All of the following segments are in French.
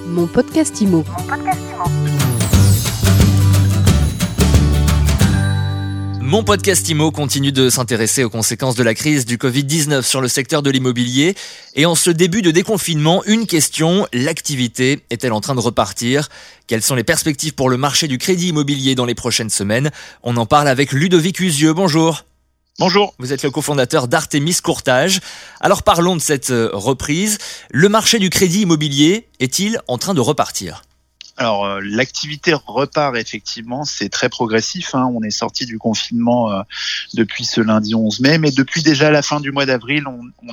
Mon podcast IMO. Mon podcast IMO continue de s'intéresser aux conséquences de la crise du Covid-19 sur le secteur de l'immobilier. Et en ce début de déconfinement, une question, l'activité est-elle en train de repartir ? Quelles sont les perspectives pour le marché du crédit immobilier dans les prochaines semaines ? On en parle avec Ludovic Usieux. Bonjour. Bonjour. Vous êtes le cofondateur d'Artemis Courtage. Alors parlons de cette reprise. Le marché du crédit immobilier est-il en train de repartir ? Alors, l'activité repart effectivement, c'est très progressif. On est sorti du confinement depuis ce lundi 11 mai, mais depuis déjà la fin du mois d'avril, on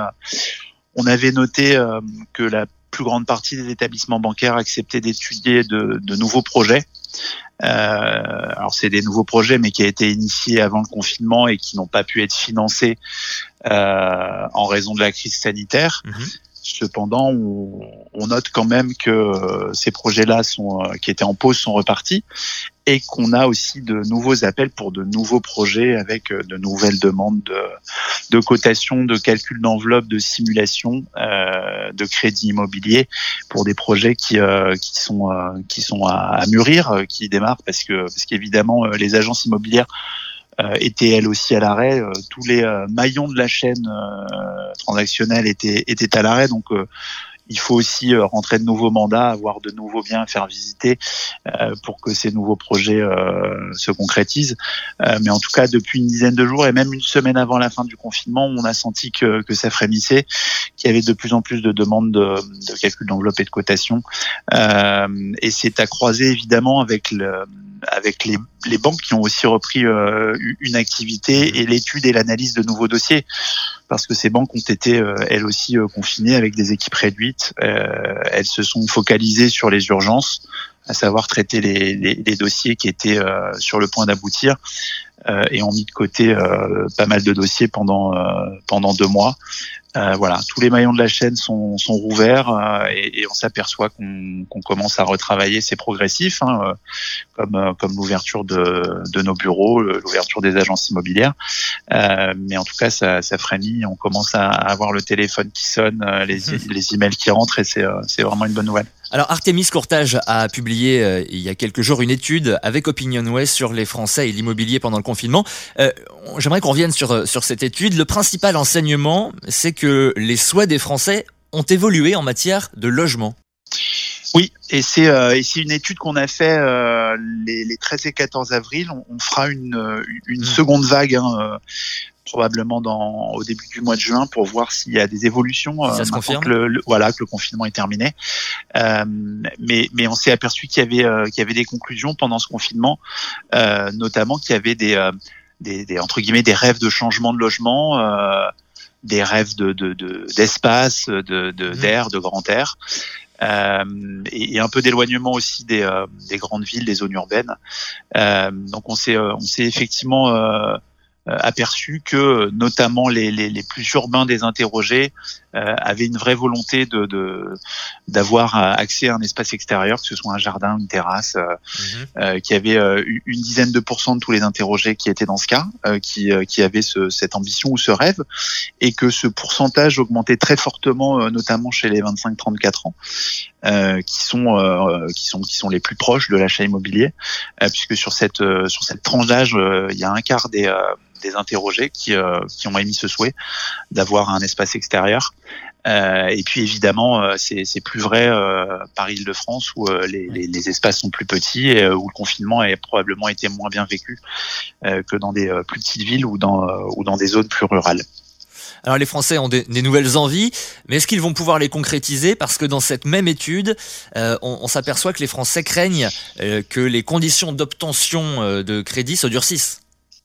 avait noté que la plus grande partie des établissements bancaires acceptaient d'étudier de nouveaux projets. Alors c'est des nouveaux projets, mais qui ont été initiés avant le confinement et qui n'ont pas pu être financés en raison de la crise sanitaire. Cependant, on note quand même que ces projets-là qui étaient en pause sont repartis et qu'on a aussi de nouveaux appels pour de nouveaux projets avec de nouvelles demandes de cotation, de calcul d'enveloppe, de simulation, de crédit immobilier pour des projets qui sont à mûrir, qui démarrent parce qu'évidemment les agences immobilières étaient elles aussi à l'arrêt. Tous les maillons de la chaîne transactionnelle étaient à l'arrêt, donc il faut aussi rentrer de nouveaux mandats, avoir de nouveaux biens à faire visiter pour que ces nouveaux projets se concrétisent. Mais en tout cas, depuis une dizaine de jours et même une semaine avant la fin du confinement, on a senti que ça frémissait, qu'il y avait de plus en plus de demandes de calcul d'enveloppe et de cotation. Et c'est à croiser évidemment avec les banques qui ont aussi repris une activité et l'étude et l'analyse de nouveaux dossiers, parce que ces banques ont été elles aussi confinées avec des équipes réduites. Elles se sont focalisées sur les urgences, à savoir traiter les dossiers qui étaient sur le point d'aboutir, et ont mis de côté pas mal de dossiers pendant 2 mois. Voilà, tous les maillons de la chaîne sont rouverts et on s'aperçoit qu'on commence à retravailler. C'est progressif, comme l'ouverture de nos bureaux, l'ouverture des agences immobilières. Mais en tout cas, ça frémit. On commence à avoir le téléphone qui sonne, les emails qui rentrent, et c'est vraiment une bonne nouvelle. Alors Artemis Courtage a publié il y a quelques jours une étude avec OpinionWay sur les Français et l'immobilier pendant le confinement. J'aimerais qu'on revienne sur cette étude. Le principal enseignement, c'est que les souhaits des Français ont évolué en matière de logement. Oui, et c'est une étude qu'on a fait les 13 et 14 avril. On fera une seconde vague, probablement au début du mois de juin, pour voir s'il y a des évolutions. Ça se confirme. Que le confinement est terminé. Mais on s'est aperçu qu'il y avait des conclusions pendant ce confinement, notamment qu'il y avait des entre guillemets des rêves de changement de logement, des rêves d'espace, d'air, de grand air. Et un peu d'éloignement aussi des grandes villes, des zones urbaines. Donc on s'est effectivement aperçu que notamment les plus urbains des interrogés avaient une vraie volonté d'avoir accès à un espace extérieur, que ce soit un jardin, une terrasse, qui avait une dizaine de % de tous les interrogés qui étaient dans ce cas, qui avaient cette ambition ou ce rêve, et que ce pourcentage augmentait très fortement, notamment chez les 25-34 ans, qui sont les plus proches de l'achat immobilier, puisque sur cette tranche d'âge, il y a un quart des interrogés qui ont émis ce souhait d'avoir un espace extérieur. Et puis évidemment, c'est plus vrai par Île-de-France où les espaces sont plus petits et où le confinement a probablement été moins bien vécu que dans des plus petites villes ou dans des zones plus rurales. Alors les Français ont des nouvelles envies, mais est-ce qu'ils vont pouvoir les concrétiser ? Parce que dans cette même étude, on s'aperçoit que les Français craignent que les conditions d'obtention de crédit se durcissent.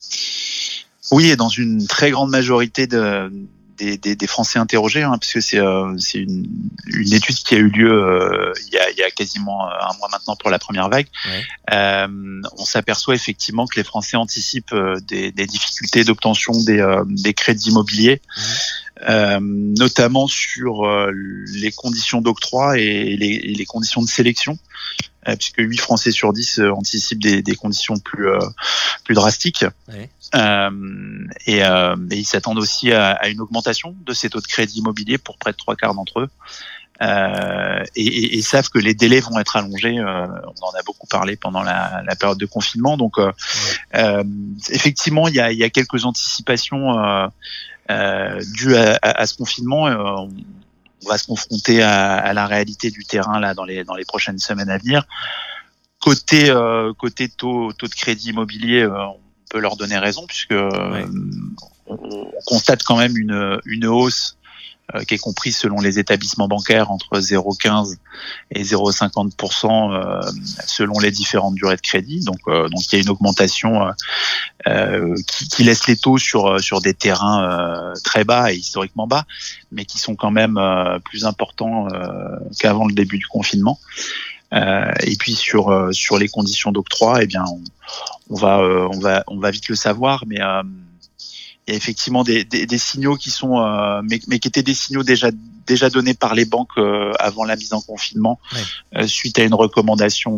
Oui, et dans une très grande majorité des Français interrogés, parce que c'est une étude qui a eu lieu il y a quasiment un mois maintenant pour la première vague. Ouais. On s'aperçoit effectivement que les Français anticipent des difficultés d'obtention des crédits immobiliers. Notamment sur les conditions d'octroi et les conditions de sélection, puisque 8 Français sur 10 anticipent des conditions plus drastiques. Ouais. Et ils s'attendent aussi à une augmentation de ces taux de crédit immobilier pour près de 3/4 d'entre eux. et savent que les délais vont être allongés. On en a beaucoup parlé pendant la période de confinement. Donc, effectivement, il y a quelques anticipations dues à ce confinement. On va se confronter à la réalité du terrain là dans les prochaines semaines à venir. Côté taux de crédit immobilier, on peut leur donner raison puisque on constate quand même une hausse qui est comprise selon les établissements bancaires entre 0,15 et 0,50% selon les différentes durées de crédit. Donc il y a une augmentation qui laisse les taux sur des terrains très bas et historiquement bas, mais qui sont quand même plus importants qu'avant le début du confinement. Et puis sur les conditions d'octroi, eh bien on va vite le savoir, mais il y a effectivement des signaux qui sont mais qui étaient des signaux déjà donnés par les banques avant la mise en confinement, suite à une recommandation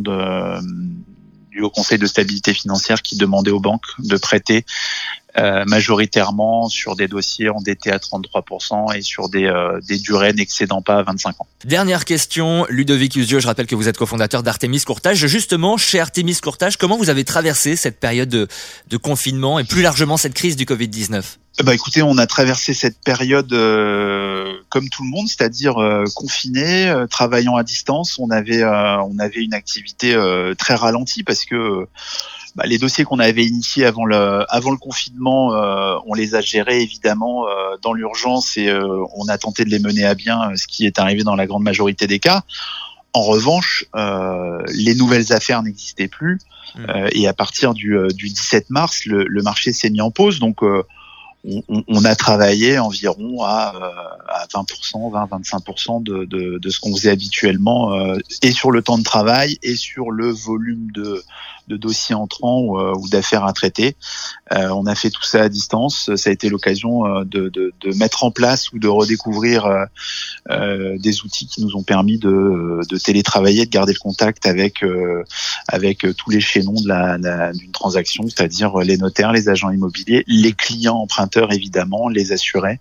du Haut Conseil de stabilité financière qui demandait aux banques de prêter majoritairement sur des dossiers endettés à 33% et sur des durées n'excédant pas 25 ans. Dernière question, Ludovic Usieux, je rappelle que vous êtes cofondateur d'Artemis Courtage. Justement, chez Artemis Courtage, comment vous avez traversé cette période de confinement et plus largement cette crise du Covid-19 ? Écoutez, on a traversé cette période comme tout le monde, c'est-à-dire confiné, travaillant à distance. On avait une activité très ralentie parce que les dossiers qu'on avait initiés avant le confinement, on les a gérés évidemment dans l'urgence et on a tenté de les mener à bien, ce qui est arrivé dans la grande majorité des cas. En revanche, les nouvelles affaires n'existaient plus et à partir du 17 mars, le marché s'est mis en pause. Donc on a travaillé environ à 20%, 20-25% de ce qu'on faisait habituellement, et sur le temps de travail et sur le volume de dossiers entrants ou d'affaires à traiter. On a fait tout ça à distance. Ça a été l'occasion de mettre en place ou de redécouvrir des outils qui nous ont permis de télétravailler, de garder le contact avec tous les chaînons d'une transaction, c'est-à-dire les notaires, les agents immobiliers, les clients emprunteurs évidemment, les assurés,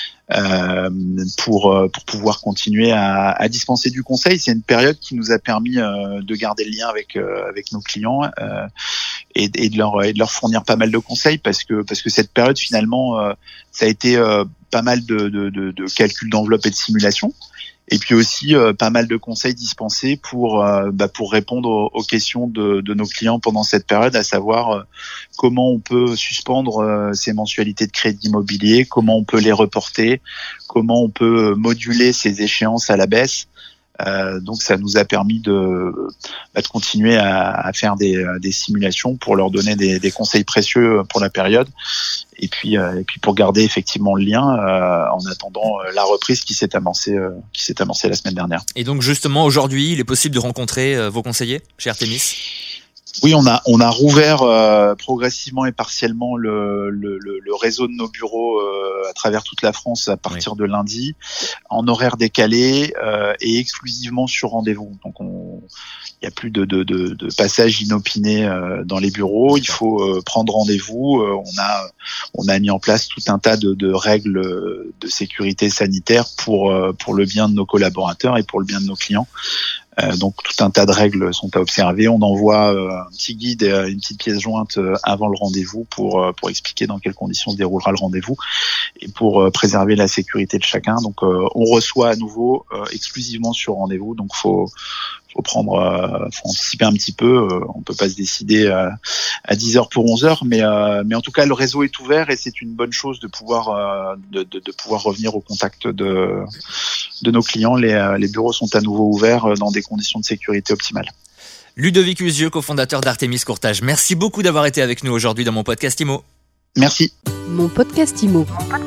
pour pouvoir continuer à dispenser du conseil. C'est une période qui nous a permis de garder le lien avec nos clients et de leur fournir pas mal de conseils parce que cette période finalement ça a été pas mal de calculs d'enveloppe et de simulation. Et puis aussi pas mal de conseils dispensés pour répondre aux questions de nos clients pendant cette période, à savoir comment on peut suspendre ces mensualités de crédit immobilier, comment on peut les reporter, comment on peut moduler ces échéances à la baisse. Donc ça nous a permis de continuer à faire des simulations pour leur donner des conseils précieux pour la période et puis pour garder effectivement le lien en attendant la reprise qui s'est amorcée la semaine dernière. Et donc justement aujourd'hui, il est possible de rencontrer vos conseillers chez Artemis ? Oui, on a rouvert progressivement et partiellement le réseau de nos bureaux à travers toute la France à partir de lundi, en horaire décalé et exclusivement sur rendez-vous. Donc il y a plus de passage inopiné dans les bureaux. Il faut prendre rendez-vous. On a mis en place tout un tas de règles de sécurité sanitaire pour le bien de nos collaborateurs et pour le bien de nos clients. Donc tout un tas de règles sont à observer. On envoie un petit guide et une petite pièce jointe avant le rendez-vous pour expliquer dans quelles conditions se déroulera le rendez-vous et pour préserver la sécurité de chacun. Donc on reçoit à nouveau exclusivement sur rendez-vous. Donc faut anticiper un petit peu. On peut pas se décider à 10h pour 11h, mais en tout cas le réseau est ouvert et c'est une bonne chose de pouvoir revenir au contact de nos clients. Les bureaux sont à nouveau ouverts dans des conditions de sécurité optimales. Ludovic Usieux, cofondateur d'Artemis Courtage. Merci beaucoup d'avoir été avec nous aujourd'hui dans Mon Podcast Immo. Merci. Mon Podcast Immo.